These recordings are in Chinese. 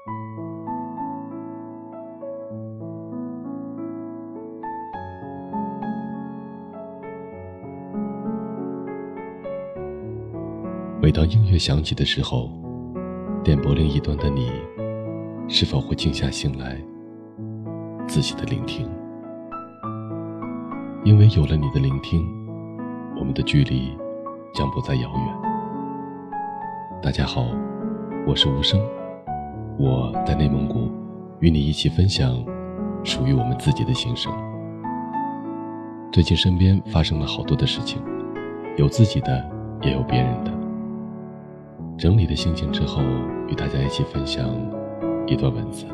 每当音乐响起的时候，电波另一端的你是否会静下心来仔细的聆听？因为有了你的聆听，我们的距离将不再遥远。大家好，我是无声，我在内蒙古，与你一起分享属于我们自己的心声。最近身边发生了好多的事情，有自己的，也有别人的。整理的心情之后，与大家一起分享一段文字。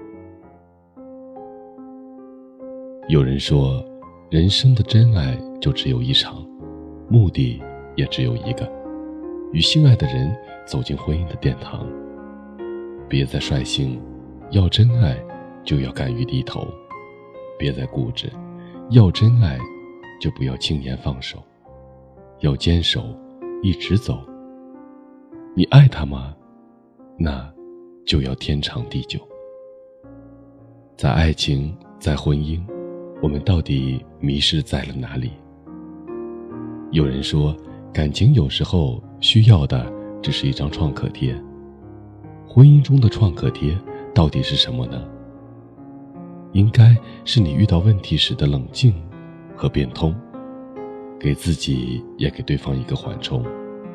有人说，人生的真爱就只有一场，目的也只有一个，与心爱的人走进婚姻的殿堂。别再率性，要真爱就要敢于低头；别再固执，要真爱就不要轻言放手，要坚守，一直走。你爱他吗？那就要天长地久。在爱情，在婚姻，我们到底迷失在了哪里？有人说，感情有时候需要的只是一张创可贴。婚姻中的创可贴到底是什么呢？应该是你遇到问题时的冷静和变通，给自己也给对方一个缓冲。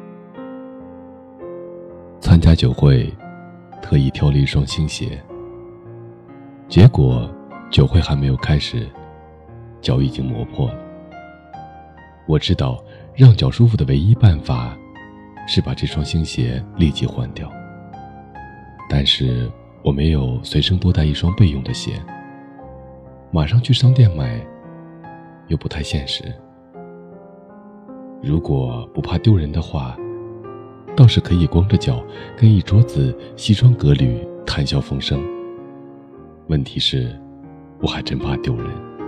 参加酒会，特意挑了一双新鞋，结果酒会还没有开始，脚已经磨破了。我知道让脚舒服的唯一办法是把这双新鞋立即换掉，但是我没有随身多带一双备用的鞋，马上去商店买又不太现实。如果不怕丢人的话，倒是可以光着脚跟一桌子西装革履谈笑风生。问题是，我还真怕丢人。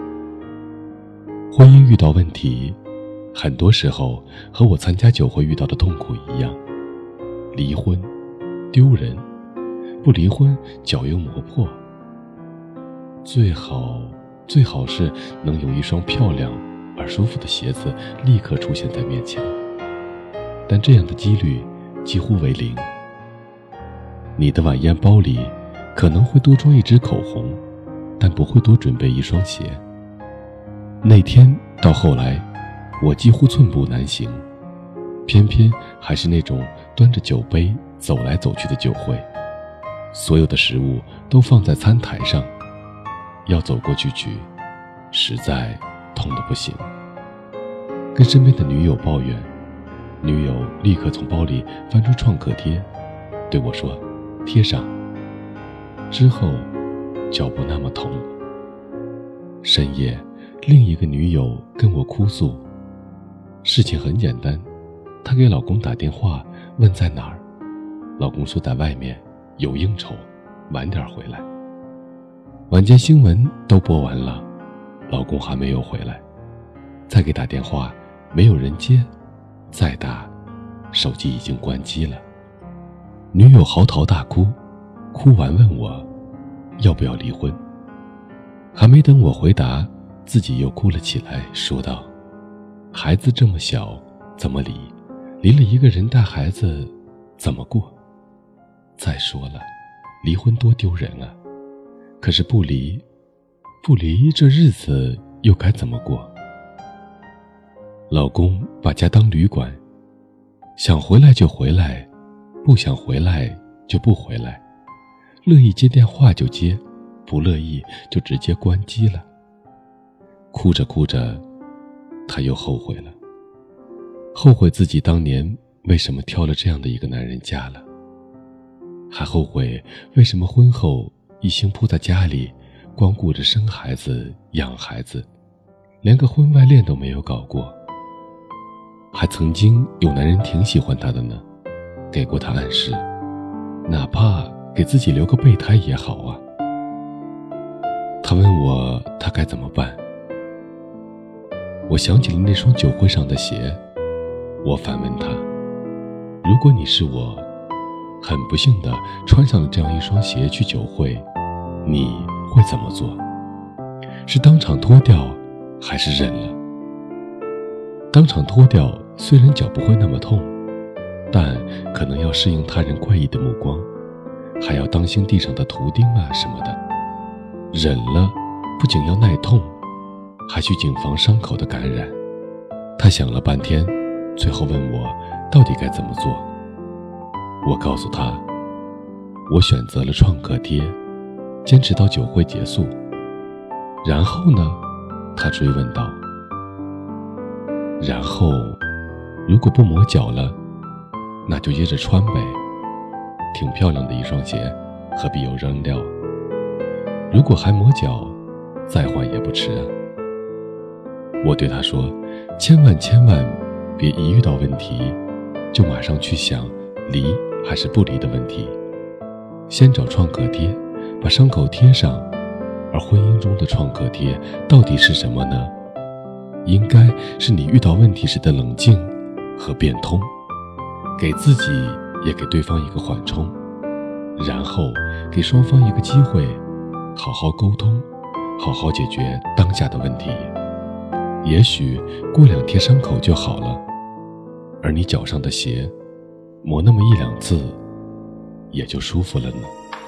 婚姻遇到问题，很多时候和我参加酒会遇到的痛苦一样，离婚丢人，不离婚脚又磨破。最好是能有一双漂亮而舒服的鞋子立刻出现在面前，但这样的几率几乎为零。你的晚宴包里可能会多装一支口红，但不会多准备一双鞋。那天到后来，我几乎寸步难行，偏偏还是那种端着酒杯走来走去的酒会，所有的食物都放在餐台上，要走过去取，实在痛得不行。跟身边的女友抱怨，女友立刻从包里翻出创可贴，对我说：“贴上。”之后脚不那么痛。深夜，另一个女友跟我哭诉，事情很简单，她给老公打电话问在哪儿，老公说在外面有应酬，晚点回来。晚间新闻都播完了，老公还没有回来，再给打电话没有人接，再打手机已经关机了。女友嚎啕大哭，哭完问我要不要离婚。还没等我回答，自己又哭了起来，说道：“孩子这么小，怎么离？离了一个人带孩子，怎么过？再说了，离婚多丢人啊！可是不离，这日子又该怎么过？”老公把家当旅馆，想回来就回来，不想回来就不回来，乐意接电话就接，不乐意就直接关机了。哭着哭着，他又后悔了，后悔自己当年为什么挑了这样的一个男人嫁了，还后悔为什么婚后一心扑在家里，光顾着生孩子养孩子，连个婚外恋都没有搞过。还曾经有男人挺喜欢她的呢，给过她暗示，哪怕给自己留个备胎也好啊。她问我她该怎么办，我想起了那双酒会上的鞋，我反问她，如果你是我， 很不幸地穿上了这样一双鞋去酒会，你会怎么做？是当场脱掉，还是忍了？当场脱掉，虽然脚不会那么痛，但可能要适应他人怪异的目光，还要当心地上的图钉啊什么的。忍了，不仅要耐痛，还需谨防伤口的感染。他想了半天，最后问我到底该怎么做。我告诉他，我选择了创可贴，坚持到酒会结束。然后呢？他追问道。然后，如果不磨脚了，那就接着穿呗。挺漂亮的一双鞋，何必又扔掉？如果还磨脚，再换也不迟啊。我对他说，千万别一遇到问题，就马上去想离还是不离的问题。先找创可贴，把伤口贴上。而婚姻中的创可贴到底是什么呢？应该是你遇到问题时的冷静和变通，给自己也给对方一个缓冲，然后给双方一个机会，好好沟通，好好解决当下的问题。也许过2天伤口就好了，而你脚上的鞋磨那么1、2次也就舒服了呢。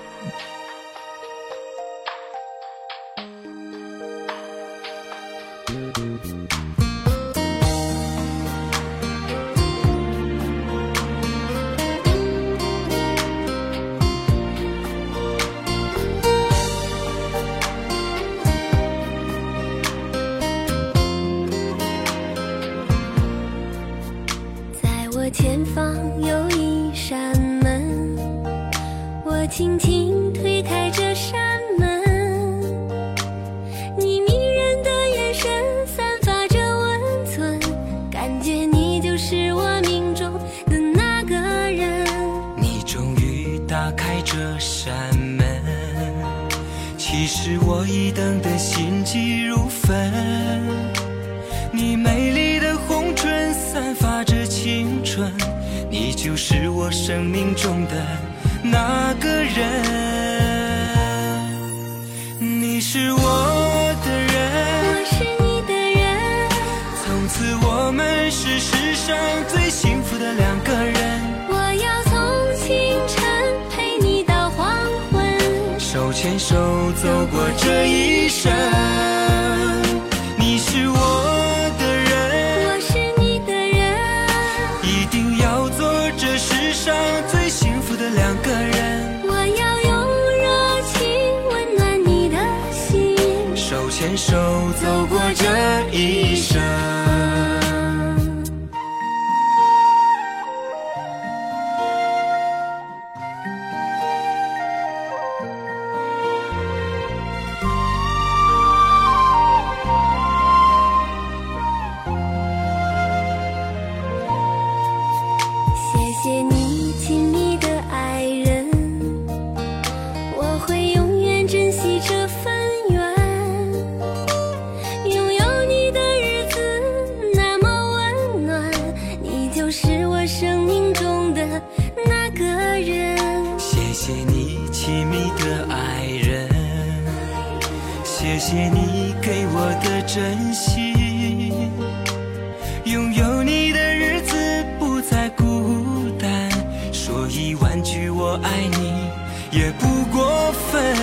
我前方有一扇门，我轻轻推开这扇门，你迷人的眼神散发着温存，感觉你就是我命中的那个人。 你终于打开这扇门，其实我已等得心急如焚。你美丽的红唇散发着青春，你就是我生命中的那个人。你是我的人， 我是你的人， 从此我们是世上最幸福的2个人。 我要从清晨陪你到黄昏， 手牵手走过这一生。你是我最幸福的2个人， 我要用热情温暖你的心， 手牵手走过这一生。 谢谢你亲密的爱人，我会永远珍惜这份缘。拥有你的日子那么温暖，你就是我生命中的那个人。 谢谢你亲密的爱人，谢谢你给我的珍惜。拥有你的日子不再孤单，说1万句我爱你也不过分。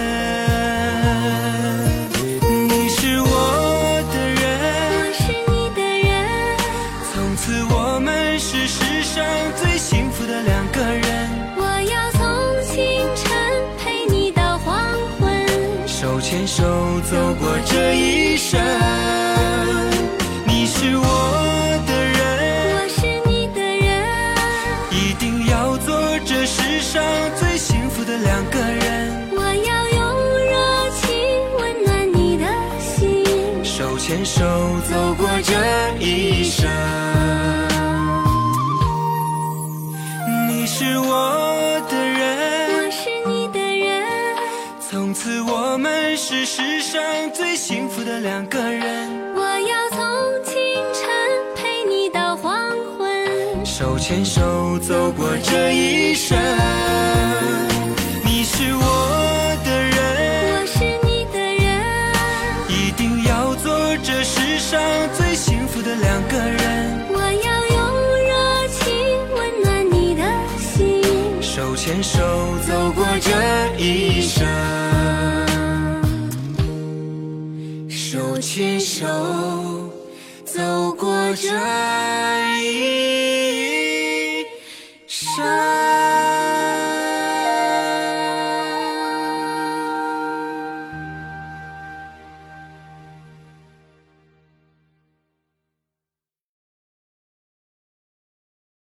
你是我的人， 我是你的人， 从此我们是世上最幸福的2个人。 我要从清晨陪你到黄昏， 手牵手走过这一生。你是我的人， 我是你的人， 一定要做这世上最幸福的2个人。 我要用热情温暖你的心， 手牵手走过这一生。你是我的人， 我是你的人， 从此我们是世上最幸福的2个人。 我要从清晨陪你到黄昏， 手牵牵手走过这一生。你是我的人， 我是你的人， 一定要做这世上最幸福的两个人。 我要用热情温暖你的心， 手牵手走过这一生，手牵手走过这一生。